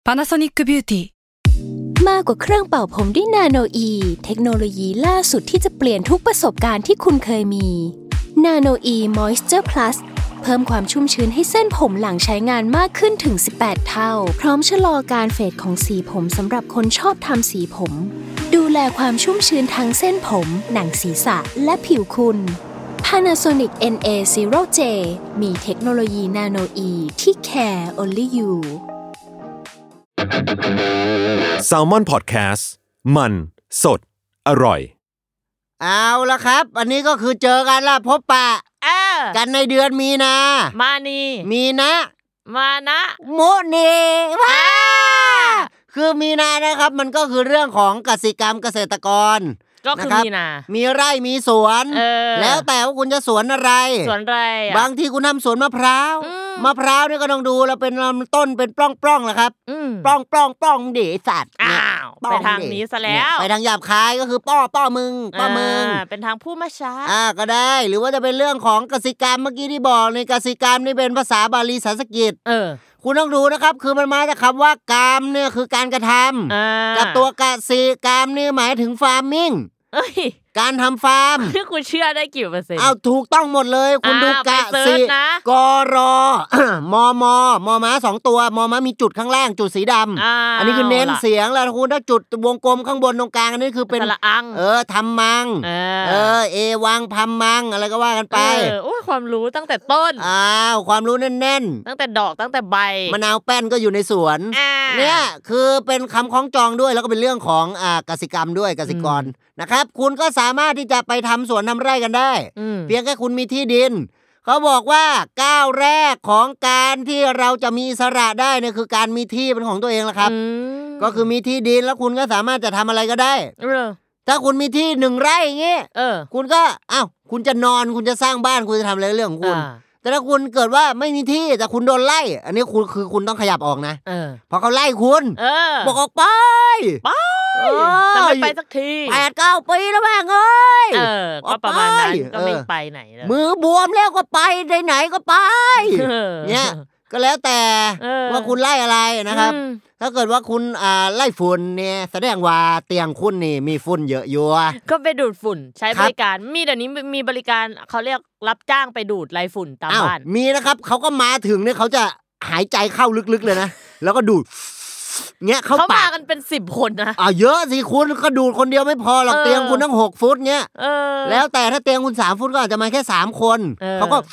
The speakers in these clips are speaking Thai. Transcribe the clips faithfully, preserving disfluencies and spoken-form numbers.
Panasonic Beauty มากกว่าเครื่องเป่าผมด้วยนาโนอีเทคโนโลยีล่าสุดที่จะเปลี่ยนทุกประสบการณ์ที่คุณเคยมีนาโนอีมอยส์เจอร์พลัสเพิ่มความชุ่มชื้นให้เส้นผมหลังใช้งานมากขึ้นถึงสิบแปดเท่าพร้อมชะลอการเฟดของสีผมสำหรับคนชอบทำสีผมดูแลความชุ่มชื้นทั้งเส้นผมหนังศีรษะและผิวคุณ Panasonic เอ็น เอ ศูนย์ เจ มีเทคโนโลยีนาโนอีที่ care only you Salmon Podcast มันสดอร่อยเอาละครับอันนี้ก็คือเจอกันละพบปะเออกันในเดือนมีนามานีมีนะมานะโมนีว้าคือมีนานะครับมันก็คือเรื่องของกสิกรรมเกษตรกรก็คือมีนามีไร่มีสวนแล้วแต่ว่าคุณจะสวนอะไรสวนอะไรบางทีคุณทำสวนมะพร้าวมะพร้าวนี่ก็ต้องดูแล้วเป็นลำต้นเป็นปล้องๆแหละครับปล้องปล้องปล้องเด๋สัตว์อ้าวไปทางนี้ซะแล้วไปทางหยาบคายก็คือป้อป้อมึงป้อมึงเป็นทางผู้มาช้าอ่าก็ได้หรือว่าจะเป็นเรื่องของกสิกรรมเมื่อกี้ที่บอกในกสิกรรมนี่เป็นภาษาบาลีสันสกฤตเออคุณต้องดูนะครับคือมันมาจากคำว่ากามเนี่ยคือการกระทำกับตัวกสิกรรมนี่หมายถึงฟาร์มมิ่งเอ้ยการทำฟาร์มคือคุณเชื่อได้กี่เปอร์เซ็นต์อ้าวถูกต้องหมดเลยคุณดูกะสิกรอ มมมม้าสองตัวมม้ามีจุดข้างล่างจุดสีดำอันนี้คือเน้นเสียงแล้วคุณถ้าจุดวงกลมข้างบนตรงกลางอันนี้คือเป็นเออทำมังเออเอวังพัมมังอะไรก็ว่ากันไปเออโอ้ยความรู้ตั้งแต่ต้นอ้าวความรู้แน่นๆตั้งแต่ดอกตั้งแต่ใบมะนาวแป้นก็อยู่ในสวนเนี่ยคือเป็นคำคล้องจองด้วยแล้วก็เป็นเรื่องของอ่ากสิกรรมด้วยกสิกรนะครับคุณก็สามารถที่จะไปทำสวนทำไร่กันได้เพียงแค่คุณมีที่ดินเขาบอกว่าก้าวแรกของการที่เราจะมีอิสระได้เนี่ยคือการมีที่เป็นของตัวเองแหละครับก็คือมีที่ดินแล้วคุณก็สามารถจะทำอะไรก็ได้ถ้าคุณมีที่หนึ่งไร่อย่างงี้คุณก็อ้าวคุณจะนอนคุณจะสร้างบ้านคุณจะทำอะไรเรื่องของคุณแต่ถ้าคุณเกิดว่าไม่มีที่แต่คุณโดนไล่อันนี้คุณคือคุณต้องขยับออกนะเพราะเขาไล่คุณบอกออกไปไปแต่ไม่ไปสักทีแปดเก้าปีแล้วแม่งเอ้ยเออก็ประมาณนั้นก็ไม่ไปไหนเลยมือบวมแล้วก็ไปไหนก็ไปเนี่ยก็แล้วแต่ว่าคุณไล่อะไรนะครับถ้าเกิดว่าคุณอ่าไล่ฝุ่นเนี่ยแสดงว่าเตียงคุณนี่มีฝุ่นเยอะอยู่ก็ไปดูดฝุ่นใช้บริการมีเดี๋ยวนี้มีบริการเขาเรียกรับจ้างไปดูดไล่ฝุ่นตามบ้านมีนะครับเขาก็มาถึงเนี่ยเขาจะหายใจเข้าลึกๆเลยนะแล้วก็ดูดเงี้ยเข้าปากเขามากันเป็นสิบคนนะอ่ะเยอะสิคุณก็ดูดคนเดียวไม่พอหรอกเตียงคุณตั้งหกฟุตเงี้ยแล้วแต่ถ้าเตียงคุณสามฟุตก็อาจจะมาแค่สามคนเขาก็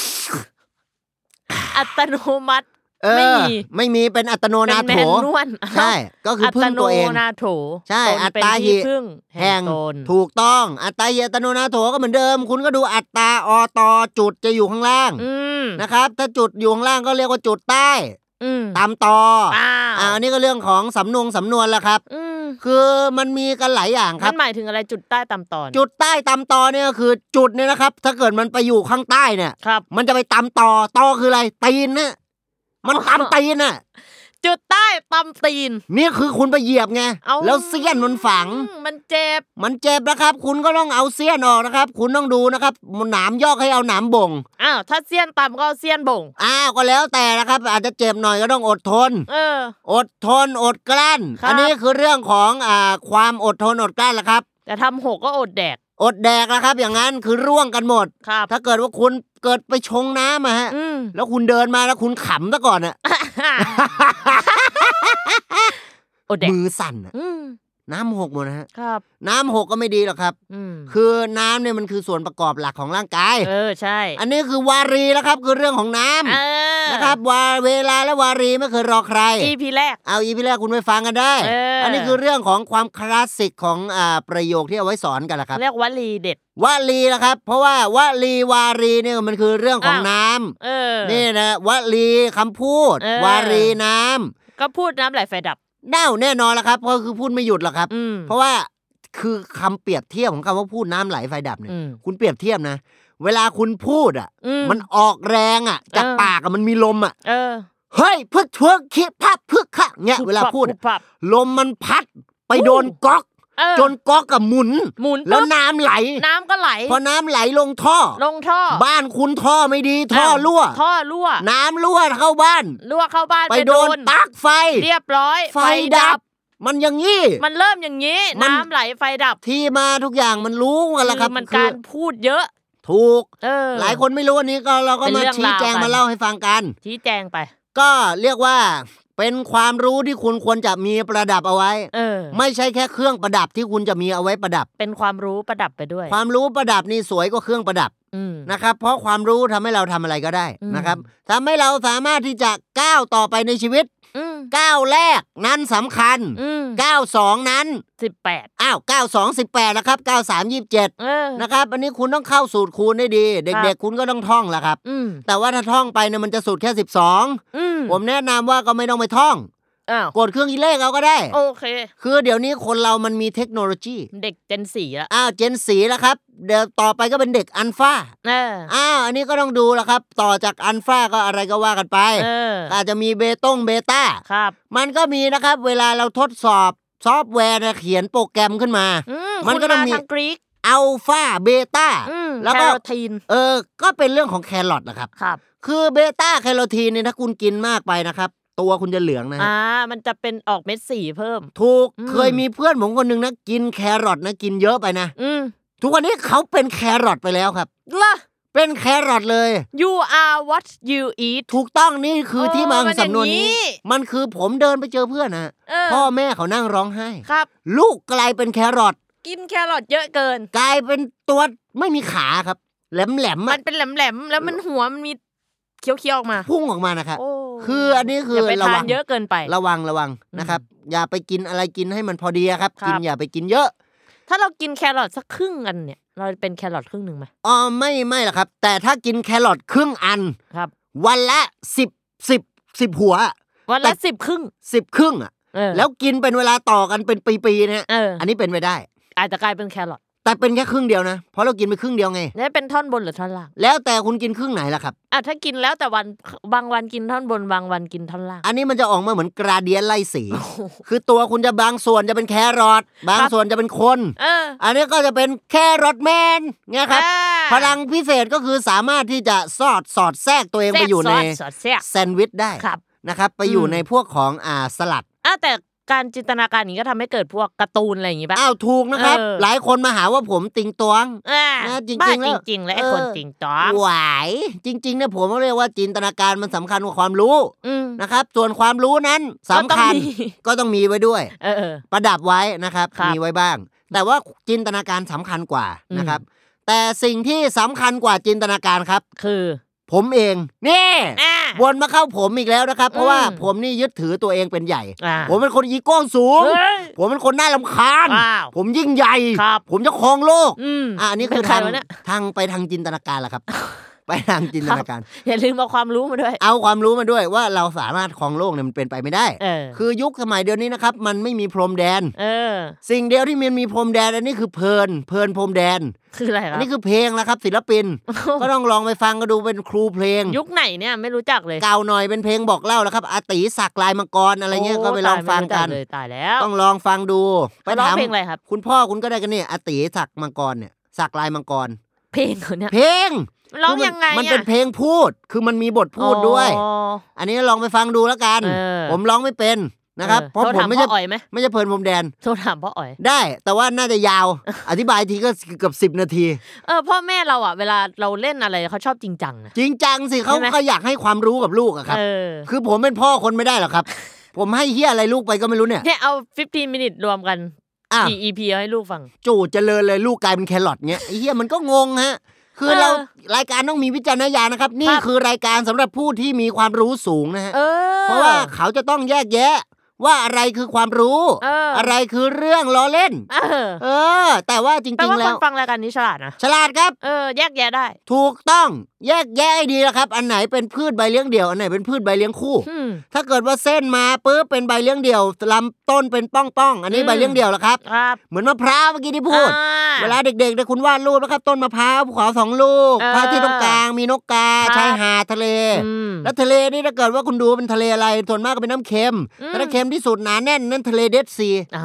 อัตโนมัติไม่มีไม่มีเป็นอัตโนนาโถใช่ก็คือพึ่งตัวเองอัตโนนาโถใช่อัตตาหิแห่งถูกต้องอัตตาหิอัตโนนาโถก็เหมือนเดิมคุณก็ดูอัตตาอตจุดจะอยู่ข้างล่างนะครับถ้าจุดอยู่ข้างล่างก็เรียกว่าจุดใต้ตามต่ออ่าอันนี้ก็เรื่องของสำนวนสำนวนแล้วครับคือมันมีกันหลายอย่างครับมันหมายถึงอะไรจุดใต้ตามตอนจุดใต้ตามตอเนี่ยก็คือจุดเนี่ยนะครับถ้าเกิดมันไปอยู่ข้างใต้เนี่ยมันจะไปตามต่อต่อคืออะไรตีนเนี่ยมันตามตีนน่ะจุดใต้ตำตีนนี่คือคุณไปเหยียบไงแล้วเสี้ยนมันฝังมันเจ็บมันเจ็บนะครับคุณก็ต้องเอาเสี้ยนออกนะครับคุณต้องดูนะครับหนามยอกให้เอาหนามบ่งอ้าวถ้าเสี้ยนต่ำก็เอาเสี้ยนบ่งอ้าวก็แล้วแต่นะครับอาจจะเจ็บหน่อยก็ต้องอดทนเอออดทนอดกลั้นอันนี้คือเรื่องของอ่าความอดทนอดกลั้นแหละครับแต่ทำหกก็อดแดกอดแดกนะครับอย่างนั้นคือร่วงกันหมดถ้าเกิดว่าคุณเกิดไปชงน้ำอะฮะแล้วคุณเดินมาแล้วคุณขำซะก่อนอะมือสั่นอะน้ำหกหมดนะฮะน้ำหกก็ไม่ดีหรอกครับคือน้ำเนี่ยมันคือส่วนประกอบหลักของร่างกายเออใช่อันนี้คือวารีแล้วครับคือเรื่องของน้ำนะครับวาเวลาและวารีไม่เคยรอใครอี พี แรกเอา อี พี แรกคุณไปฟังกันได้อันนี้คือเรื่องของความคลาสสิกของอ่าประโยคที่เอาไว้สอนกันแหละครับเรียกวลีเด็ดวลีละครับเพราะว่าวลีวารีเนี่ยมันคือเรื่องของน้ำนี่นะวลีคำพูดวารีน้ำก็พูดน้ำไหลไฟดับเน่าแน่นอนละครับเพราะคือพูดไม่หยุดหรอกครับเพราะว่าคือคำเปรียบเทียบของคำว่าพูดน้ำไหลไฟดับเนี่ยคุณเปรียบเทียบนะเวลาคุณพูดอ่ะมันออกแรงอ่ะจากปากอ่ะมันมีลมอ่ะเฮ้ยพึกเถือกคิดพับพึกค่ะเงี้ยเวลาพูดลมมันพัดไปโดนก๊อกจนก๊อกกับหมุนหมุนแล้วน้ำไหลน้ำก็ไหลพอน้ำไหลลงท่อลงท่อบ้านคุณท่อไม่ดีท่อรั่วท่อรั่วน้ำรั่วเข้าบ้านรั่วเข้าบ้านไปโดนปลั๊กไฟเรียบร้อยไฟดับมันอย่างงี้มันเริ่มอย่างงี้น้ำไหลไฟดับที่มาทุกอย่างมันรู้กันแล้วครับมันการพูดเยอะถูกหลายคนไม่รู้อันนี้ก็เราก็มาชี้แจงมาเล่าให้ฟังกันชี้แจงไปก็เรียกว่าเป็นความรู้ที่คุณควรจะมีประดับเอาไว้ไม่ใช่แค่เครื่องประดับที่คุณจะมีเอาไว้ประดับเป็นความรู้ประดับไปด้วยความรู้ประดับนี่สวยกว่าเครื่องประดับนะครับเพราะความรู้ทำให้เราทำอะไรก็ได้นะครับทำให้เราสามารถที่จะก้าวต่อไปในชีวิตก้าวแรกนั้นสำคัญก้าวสองนั้นสิบแปดอ้าวก้าวสอง สิบแปดแล้วครับก้าวสาม ยี่สิบเจ็ดนะครับอันนี้คุณต้องเข้าสูตรคูณได้ดีเด็กๆคุณก็ต้องท่องแหละครับแต่ว่าถ้าท่องไปเนี่ยมันจะสูตรแค่สิบสองผมแนะนำว่าก็ไม่ต้องไปท่องกดเครื่องคิดเลขเอาก็ได้โอเคคือเดี๋ยวนี้คนเรามันมีเทคโนโลยีเด็กเจนสี่ละอ้าวเจนสี่แล้วครับเดี๋ยวต่อไปก็เป็นเด็กอัลฟาอ้าวอันนี้ก็ต้องดูแล้วครับต่อจากอัลฟาก็อะไรก็ว่ากันไปอาจจะมีเบต้งเบต้าครับมันก็มีนะครับเวลาเราทดสอบซอฟต์แวร์เขียนโปรแกรมขึ้นมามันก็ต้องมีทางกรีกอัลฟาเบต้าแล้วก็แคโรทีนเออก็เป็นเรื่องของแครอทนะครับครับคือเบต้าแคโรทีนเนี่ยถ้าคุณกินมากไปนะครับตัวคุณจะเหลืองนะอ่ามันจะเป็นออกเม็ดสีเพิ่มถูกเคยมีเพื่อนผมคนนึงนะกินแครอทนะกินเยอะไปนะทุกวันนี้เขาเป็นแครอทไปแล้วครับล่ะเป็นแครอทเลย you are what you eat ถูกต้องนี่คือที่มาของสำนวนนี้มันคือผมเดินไปเจอเพื่อนนะพ่อแม่เขานั่งร้องไห้ครับลูกกลายเป็นแครอทกินแครอทเยอะเกินกลายเป็นตัวไม่มีขาครับแหลมๆมันเป็นแหลมๆแล้วมันหัวมันมีเคี้ยวๆออกมาพุ่งออกมานะครับคืออันนี้คือระวังเยอะเกินไประวังระวังนะครับอย่าไปกินอะไรกินให้มันพอดีครับกินอย่าไปกินเยอะถ้าเรากินแครอทสักครึ่งอันเนี่ยเราเป็นแครอทครึ่งนึงมั้ยอ๋อไม่ไม่หรอกครับแต่ถ้ากินแครอทครึ่งอันครับวันละสิบ สิบ สิบหัววันละสิบครึ่งสิบครึ่งอ่ะแล้วกินเป็นเวลาต่อกันเป็นปีๆเนี่ยอันนี้เป็นไปได้อาจจะกลายเป็นแครอทแต่เป็นแค่ครึ่งเดียวนะเพราะเรากินไปครึ่งเดียวไงแล้วเป็นท่อนบนหรือท่อนล่างแล้วแต่คุณกินครึ่งไหนล่ะครับอ่ะถ้ากินแล้วแต่วันบางวันกินท่อนบนบางวันกินท่อนล่างอันนี้มันจะออกมาเหมือนกราเดียนไล่สีคือตัวคุณจะบางส่วนจะเป็นแครอทบางส่วนจะเป็นคนเอออันนี้ก็จะเป็นแครอทแมนไงครับพลังพิเศษก็คือสามารถที่จะสอดสอดแทรกตัวเองไปอยู่ในแซนด์วิชได้นะครับไปอยู่ในพวกของอ่าสลัดอ่ะแต่การจินตนาการนี้ก็ทำให้เกิดพวกการ์ตูนอะไรอย่างงี้ป่ะอ้าวถูกนะครับหลายคนมาหาว่าผมติงตวงนะจริงๆแล้วจริงๆแล้วไอ้คนติงตวงหวายจริงๆเนี่ยผมเรียกว่าจินตนาการมันสำคัญกว่าความรู้นะครับส่วนความรู้นั้นสำคัญก็ต้องมีไว้ด้วยประดับไว้นะครับมีไว้บ้างแต่ว่าจินตนาการสำคัญกว่านะครับแต่สิ่งที่สำคัญกว่าจินตนาการครับคือผมเองนี่วนมาเข้าผมอีกแล้วนะครับเพราะว่าผมนี่ยึดถือตัวเองเป็นใหญ่ผมเป็นคนอีโก้สูงผมเป็นคนน่ารำคาญผมยิ่งใหญ่ผมจะครองโลกอ่ะอันนี้คือทางทางไปทางจินตนาการแหละครับไปทางจินตนาการอย่าลืมเอาความรู้มาด้วยเอาความรู้มาด้วยว่าเราสามารถครองโลกเนี่ยมันเป็นไปไม่ได้คือยุคสมัยเดียวนี้นะครับมันไม่มีพรมแดนสิ่งเดียวที่มันมีพรมแดนอันนี้คือเพลินเพลินพรมแดนคืออะไรครับอันนี้คือเพลงแล้วครับศิลปินก็ต้องลองไปฟังก็ดูเป็นครูเพลงยุคไหนเนี่ยไม่รู้จักเลยเก่าหน่อยเป็นเพลงบอกเล่าแล้วครับอาติศักดิ์ลายมังกรอะไรเงี้ยก็ไปลองฟังกันตายแล้วต้องลองฟังดูไปถามเพลงอะไรครับคุณพ่อคุณก็ได้กันนี่อาติศักดิ์มังกรเนี่ยศักดิ์ลายมังกรเพลงเขาเนี่ยเพลงร้องยังไงมันเป็นเพลงพูดคือมันมีบทพูดด้วยอันนี้ลองไปฟังดูแล้วกันผมร้องไม่เป็นนะครับเพราะผมไม่ใช่ไม่ใช่เพลินพรมแดนโทรถามพ่ออ๋อยได้แต่ว่าน่าจะยาวอธิบายทีก็เกือบสิบนาทีเออพ่อแม่เราอ่ะเวลาเราเล่นอะไรเขาชอบจริงจังนะจริงจังสิเขาก็อยากให้ความรู้กับลูกอะครับคือผมเป็นพ่อคนไม่ได้หรอกครับผมให้เหี้ยอะไรลูกไปก็ไม่รู้เนี่ยเนี่ยเอาสิบห้า minutes รวมกันกี่ อี พี ให้ลูกฟังจู่เจริญเลยลูกกลายเป็นแครอทเงี้ยไอ้เหี้ยมันก็งงฮะคือเรารายการต้องมีวิจารณญาณนะครับนี่คือรายการสำหรับผู้ที่มีความรู้สูงนะฮะเพราะว่าเขาจะต้องแยกแยะว่าอะไรคือความรู้เอออะไรคือเรื่องล้อเล่นเออเออแต่ว่าจริงๆแล้วคนฟังรายการนี้ฉลาดนะฉลาดครับเออแยกแยะได้ถูกต้องแยกแยะให้ดีแล้วครับอันไหนเป็นพืชใบเลี้ยงเดี่ยวอันไหนเป็นพืชใบเลี้ยงคู่ถ้าเกิดว่าเส้นมาปุ๊บเป็นใบเลี้ยงเดี่ยวลำต้นเป็นป้องๆอันนี้ใบเลี้ยงเดี่ยวแล้วครับเหมือนมะพร้าวเมื่อกี้ที่พูดเวลาเด็กๆเนี่ยคุณวาดรูปแล้วครับต้นมะพร้าวภูเขาสองลูกพระอาทิตย์ตรงกลางมีนกกาชายหาดทะเลแล้วทะเลนี่ถ้าเกิดว่าคุณดูเป็นทะเลอะไรส่วนมากก็เป็นน้ำเค็มถ้าเค็มที่สุดหนาแน่นนั่นทะเลเดดซี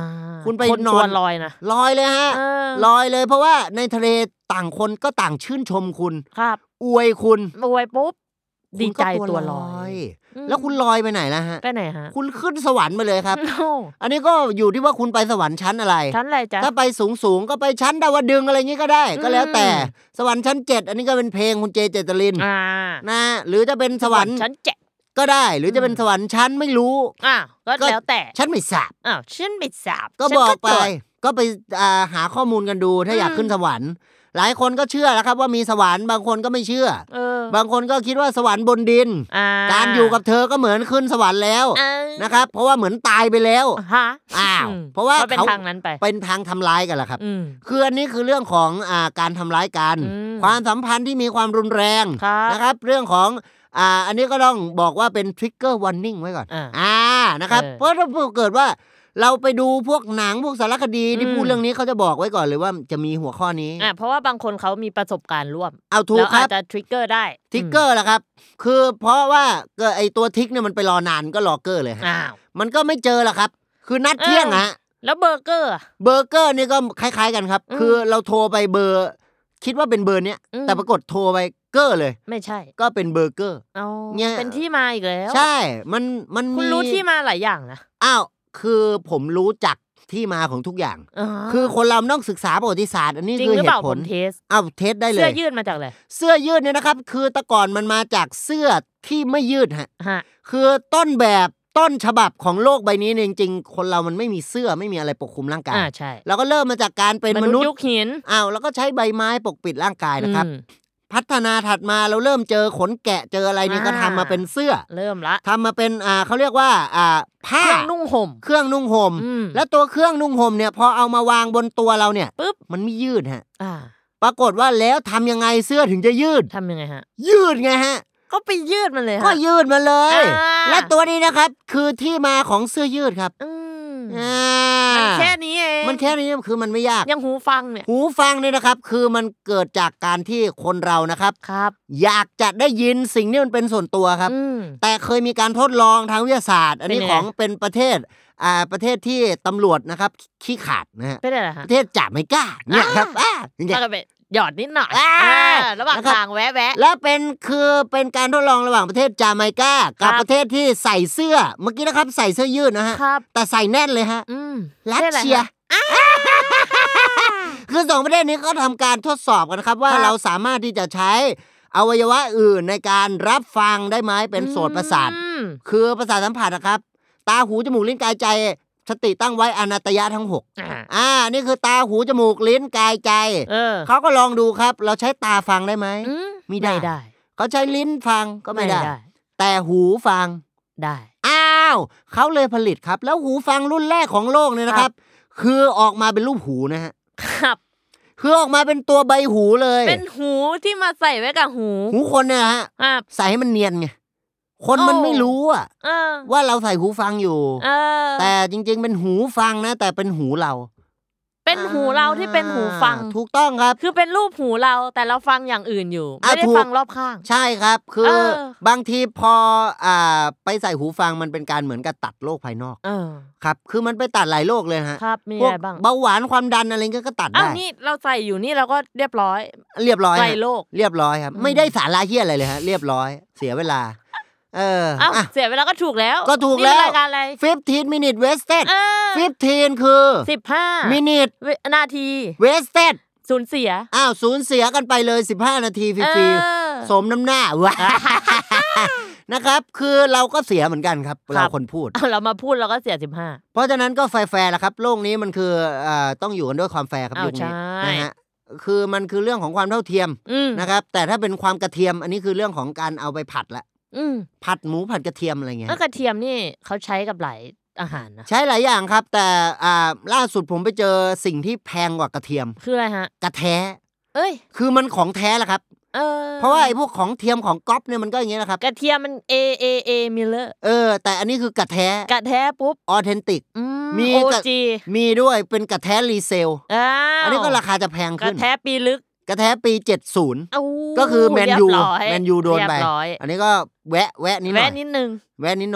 คุณไปคนนชอวน นลอยนะลอยเลยฮะเออลอยเลยเพราะว่าในทะเลต่างคนก็ต่างชื่นชมคุณครับอวยคุณอวยปุ๊บคุดีณก็ใจตัวลอย อืมแล้วคุณลอยไปไหนล่ะฮะไปไหนฮะคุณขึ้นสวรรค์ไปเลยครับโอ้อันนี้ก็อยู่ที่ว่าคุณไปสวรรค์ชั้นอะไรชั้นอะไรจ๊ะถ้าไปสูงสูงๆก็ไปชั้นดาวดึงส์อะไรอย่างงี้ก็ได้ ก็แล้วแต่อืมสวรรค์ชั้นเจ็ดอันนี้ก็เป็นเพลงคุณเจเจตรินอ่านะหรือจะเป็นสวรรค์ชั้นเจ็ดก็ได้ หรือจะเป็นสวรรค์ชั้นไม่รู้อ่าก็แล้วแต่ชั้นไม่ทราบอ้าวฉันไม่ทราบก็ฉันบอกไปตรวจก็ไปอ่าหาข้อมูลกันดูถ้าอยากอืมขึ้นสวรรค์ หลายคนก็เชื่อแล้วครับว่ามีสวรรค์บางคนก็ไม่เชื่อเออบางคนก็คิดว่าสวรรค์บนดินอ่าการอยู่กับเธอก็เหมือนขึ้นสวรรค์แล้วเออนะครับ เพราะว่าเหมือนตายไปแล้วฮะอ้าวมเพราะว่าก็เป็นเขาทางนั้นไปเป็นทางทำร้ายกันแหละครับอืมคืออันนี้คือเรื่องของอ่าการทำร้ายกันอืมความสัมพันธ์ที่มีความรุนแรงครับนะครับ เรื่องของอ่าอันนี้ก็ต้องบอกว่าเป็น trigger warning ไว้ก่อนอ่าอ่านะครับเออเพราะถ้าเกิดว่าเราไปดูพวกหนังพวกสารคดีที่อืมพูดเรื่องนี้เขาจะบอกไว้ก่อนเลยว่าจะมีหัวข้อนี้อ่าเพราะว่าบางคนเขามีประสบการณ์ร่วมเอาถูกแล้วคอารัจบจะทริกเกอร์ได้ทริกเกอร์แหละครับ คือเพราะว่าเกิดไอตัวทิกเนี่ยมันไปรอนานก็รอเกอร์เลยฮะอ้าวมันก็ไม่เจอหรอกครับ คือนัดเออเที่ยงฮะแล้วเบอร์เกอร์อะเบอร์เกอร์นี่ก็คล้าย ๆกันครับอืมคือเราโทรไปเบอร์ คิดว่าเป็นเบอร์เนี้ยอืมแต่ปรากฏโทรไปเกอร์เลยไม่ใช่ก็เป็นเบอร์เกอร์เอาเนี่ยเป็นที่มาอีกแล้วใช่ มันมันคุณมีรู้ที่มาหลายอย่างนะอ้าวคือผมรู้จักที่มาของทุกอย่างอ๋อคือคนเราต้องศึกษาประวัติศาสตร์อันนี้จริงคือหรือเหเปล่าตุผผลมเทสอ้าวเทสได้เลเสื้อย ยืดมาจากอะไรเสื้อยืดเนี่ยนะครับ คือแต่ก่อนมันมาจากเสื้อที่ไม่ยืดฮะฮะคือต้นแบบต้นฉบับของโลกใบนี้เนี่ยจริงๆ คนเรามันไม่มีเสื้อไม่มีอะไรปกคลุมร่างกายอ่าใช่เราก็เริ่มมาจากการเป็นมนุษย์ยุคหินอ้าวแล้วก็ใช้ใบไม้ปกปิดร่างกายนะครับอืมพัฒนาถัดมาเราเริ่มเจอขนแกะเจออะไรนี่อ่าก็ทำมาเป็นเสื้อเริ่มละทำมาเป็นอ่าเขาเรียกว่าอ่าผ้าเครื่องนุ่งห่มเครื่องนุ่งห่มอืมแล้วตัวเครื่องนุ่งห่มเนี่ยพอเอามาวางบนตัวเราเนี่ยปึ๊บมันไม่ยืดฮะอ่าปรากฏว่าแล้วทำยังไงเสื้อถึงจะยืดทำยังไงฮะยืดไงฮะก็ไปยืดมันเลยฮะก็ยืดมาเลยอ่าและตัวนี้นะครับ คือที่มาของเสื้อยืดครับอืมอ่ามันแค่นี้เองมันแค่นี้คือมันไม่ยากยังหูฟังเนี่ยหูฟังเนี่ยนะครับ คือมันเกิดจากการที่คนเรานะครับครับอยากจะได้ยินสิ่งที่มันเป็นส่วนตัวครับอืมแต่เคยมีการทดลองทางวิทยาศาสตร์ อันนี้เป็นไงของเป็นประเทศอ่าประเทศที่ตำรวจนะครับขี้ขาดนะฮะเป็นอะไรฮะประเทศจาเมกาเนี่ยครับอ่าเนี่ยก็ไปหยอดนิดหน่อยอ่าอ่าระหว่างนะครับทางแวะแวะและเป็นคือเป็นการทดลองระหว่างประเทศจาเมกากับครับประเทศที่ใส่เสื้อเมื่อกี้นะครับใส่เสื้อยืดนะฮะครับแต่ใส่แน่นเลยฮะอืมรัสได้อะไรเซียฮะคือสองประเทศนี้ก็ทำการทดสอบกันนะครับ ว่าครับเราสามารถที่จะใช้อวัยวะอื่นในการรับฟังได้ไหมเป็นโสตประสาทอืมคือประสาทสัมผัสนะครับ ตาหูจมูกลิ้นกายใจสติตั้งไว้อนัตตยะทั้งหกอ่าอ่านี่คือตาหูจมูกลิ้นกายใจเออเขาก็ลองดูครับ เราใช้ตาฟังได้ไหมอืมไม่ได้ไม่ได้เขาใช้ลิ้นฟังก็ไม่ได้ไม่ได้แต่หูฟังได้อ้าวเขาเลยผลิตครับ แล้วหูฟังรุ่นแรกของโลกเนี่ยนะครับ คือออกมาเป็นรูปหูนะฮะครับคือออกมาเป็นตัวใบหูเลยเป็นหูที่มาใส่ไว้กับหูหูคนเนี่ยฮะอ่าใส่ให้มันเนียนไงคนมันโอ้ไม่รู้อะเออว่าเราใส่หูฟังอยู่เออแต่จริงๆเป็นหูฟังนะ แต่เป็นหูเราเป็นหูเราที่เป็นหูฟังอ่าถูกต้องครับคือเป็นรูปหูเราแต่เราฟังอย่างอื่นอยู่อ่ะไม่ได้ถูกฟังรอบข้างใช่ครับ คือเออบางทีพออ่าไปใส่หูฟังมันเป็นการเหมือนกับตัดโรคภายนอกเออครับ คือมันไปตัดหลายโรคเลยฮะครับมีพวอะกไรบ้างเบาหวานความดันอะไรก็ก็ตัดอ้าวได้นี่เราใส่อยู่นี่เราก็เรียบร้อยเรียบร้อยฮะไกลโลกเรียบร้อยครับอืมไม่ได้สาระเฮี้ยอะไรเลยฮะ เรียบร้อย เสียเวลา เอออ้าวอ่ะเสียเวลาก็ถูกแล้วก็ถูกนี่แล้วเป็นรายการอะไร fifteen minute wasted เออ fifteen คือสิบห้า minute วินาที wasted สูญเสียอ้าวสูญเสียกันไปเลยสิบห้านาทีฟเอรีอๆสมน้ำหน้าวะ นะครับ คือเราก็เสียเหมือนกันครับครัเราบคนพูดเอาเรามาพูดเราก็เสียสิบห้าเพราะฉะนั้นก็แฟร์ๆแหละครับ โลกนี้มันคือเอ่อต้องอยู่กันด้วยความแฟร์ครับอ้าวยุคนี้ใช่นะฮะคือมันคือเรื่องของความเท่าเทียมอืมนะครับ แต่ถ้าเป็นความกระเทียม อันนี้คือเรื่องของการเอาไปผัดละอืมผัดหมูผัดกระเทียมอะไรเงี้ยแล้วกระเทียมนี่เขาใช้กับหลายอาหารนะใช้หลายอย่างครับ แต่อ่าล่าสุดผมไปเจอสิ่งที่แพงกว่ากระเทียมคืออะไรฮะกระแท้เอ้ยคือมันของแท้แหละครับเออเพราะว่าไอ้พวกของเทียมของก๊อปเนี่ยมันก็อย่างเงี้ยนะครับกระเทียมมัน A A A Miller เออ แต่อันนี้คือกระแท้กระแท้ปุ๊บออเทนติกอืมมีโอกระจีมีด้วยเป็นกระแท้รีเซลอ้าวอันนี้ก็ราคาจะแพงกระขึ้นแท้ปีลึกกระแท้ปีเจ็ดสิบอู้ก็คือแมนยูเรียบร้อยแมนยูโดนไปเรียบร้อยอันนี้ก็แวะแวะนิดหน่แวะอยนิดนึงแวะนิดหน่อย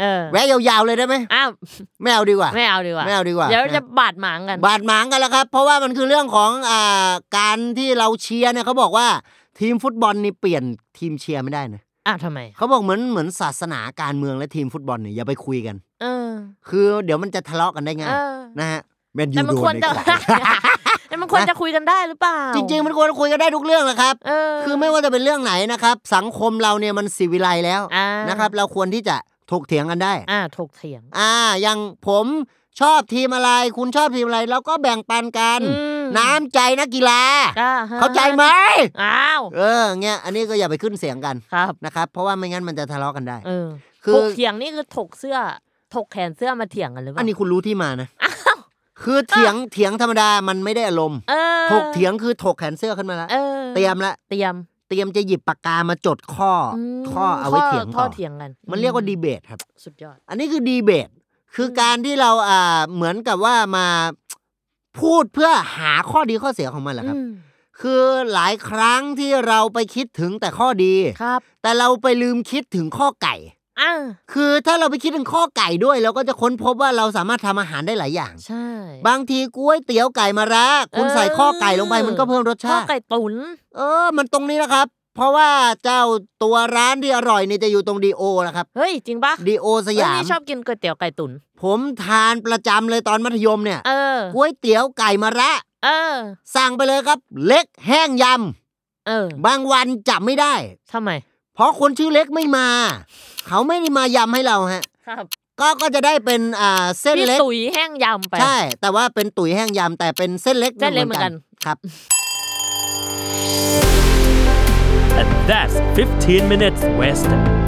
แวะยาวๆเลยได้ไหมอ้าวไม่เอาดีกว่าไม่เอาดีกว่าไม่เอาดีกว่าเดี๋ยวจะบาดหมางกันบาดหมางกันแล้วครับเพราะว่ามันคือเรื่องของอ่าการที่เราเชียร์เนี่ยเขาบอกว่าทีมฟุตบอลนี่เปลี่ยนทีมเชียร์ไม่ได้นะอ้าวทำไมเขาบอกเหมือนเหมือนศาสนาการเมืองและทีมฟุตบอลเนี่ยอย่าไปคุยกันเออคือเดี๋ยวมันจะทะเลาะกันได้ง่ายนะฮะแมนยูโดนแต่มันควรจะคุยกันได้หรือเปล่าจริงๆมันควรคุยกันได้ทุกเรื่องแหละครับคือไม่ว่าจะเป็นเรื่องไหนนะครับสังคมเราเนี่ยมันศิวิไลซ์แล้วนะครับเราควรที่จะถกเถียงกันได้อ่าถกเถียงอ่าอย่างผมชอบทีมอะไรคุณชอบทีมอะไรเราก็แบ่งปันกันน้ำใจนักกีฬาเข้าใจไหมอ้าวเออเงี้ยอันนี้ก็อย่าไปขึ้นเสียงกันนะครับเพราะว่าไม่งั้นมันจะทะเลาะกันได้คือถกเถียงนี่คือถกเสื้อถกแขนเสื้อมาเถียงกันหรือเปล่าอันนี้คุณรู้ที่มานะคือเถียงเถียงธรรมดามันไม่ได้อารมณ์ถกเถียงคือถกแขนเสื้อขึ้นมาแล้วเตรียมละเตรียมเตรียมจะหยิบปากกามาจดข้อข้อเอาไว้เถียงต่อเถียงกันมันเรียกว่าดีเบตครับสุดยอดอันนี้คือดีเบตคือการที่เราอ่าเหมือนกับว่ามาพูดเพื่อหาข้อดีข้อเสียของมันแหละครับคือหลายครั้งที่เราไปคิดถึงแต่ข้อดีแต่เราไปลืมคิดถึงข้อไก่คือถ้าเราไปคิดถึงข้อไก่ด้วยเราก็จะค้นพบว่าเราสามารถทำอาหารได้หลายอย่างใช่บางทีก๋วยเตี๋ยวไก่มะระคุณใส่ข้อไก่ลงไปมันก็เพิ่มรสชาติข้อไก่ตุ๋นเออมันตรงนี้นะครับเพราะว่าเจ้าตัวร้านที่อร่อยนี่จะอยู่ตรงดีโอนะครับเฮ้ยจริงปะดีโอสยามนี่ชอบกินก๋วยเตี๋ยวไก่ตุ๋นผมทานประจำเลยตอนมัธยมเนี่ยก๋วยเตี๋ยวไก่มะระเออสั่งไปเลยครับเล็กแห้งยำเออบางวันจับไม่ได้ทำไมเพราะคนชื่อเล็กไม่มาเขาไม่ได้มายำให้เราฮะครับก็ก็จะได้เป็นอ่าเส้นเล็กตุ๋ยแห้งยำไปใช่แต่ว่าเป็นตุ๋ยแห้งยำแต่เป็นเส้นเล็กเส้นเล็กเหมือนกันครับ And that's fifteen minutes west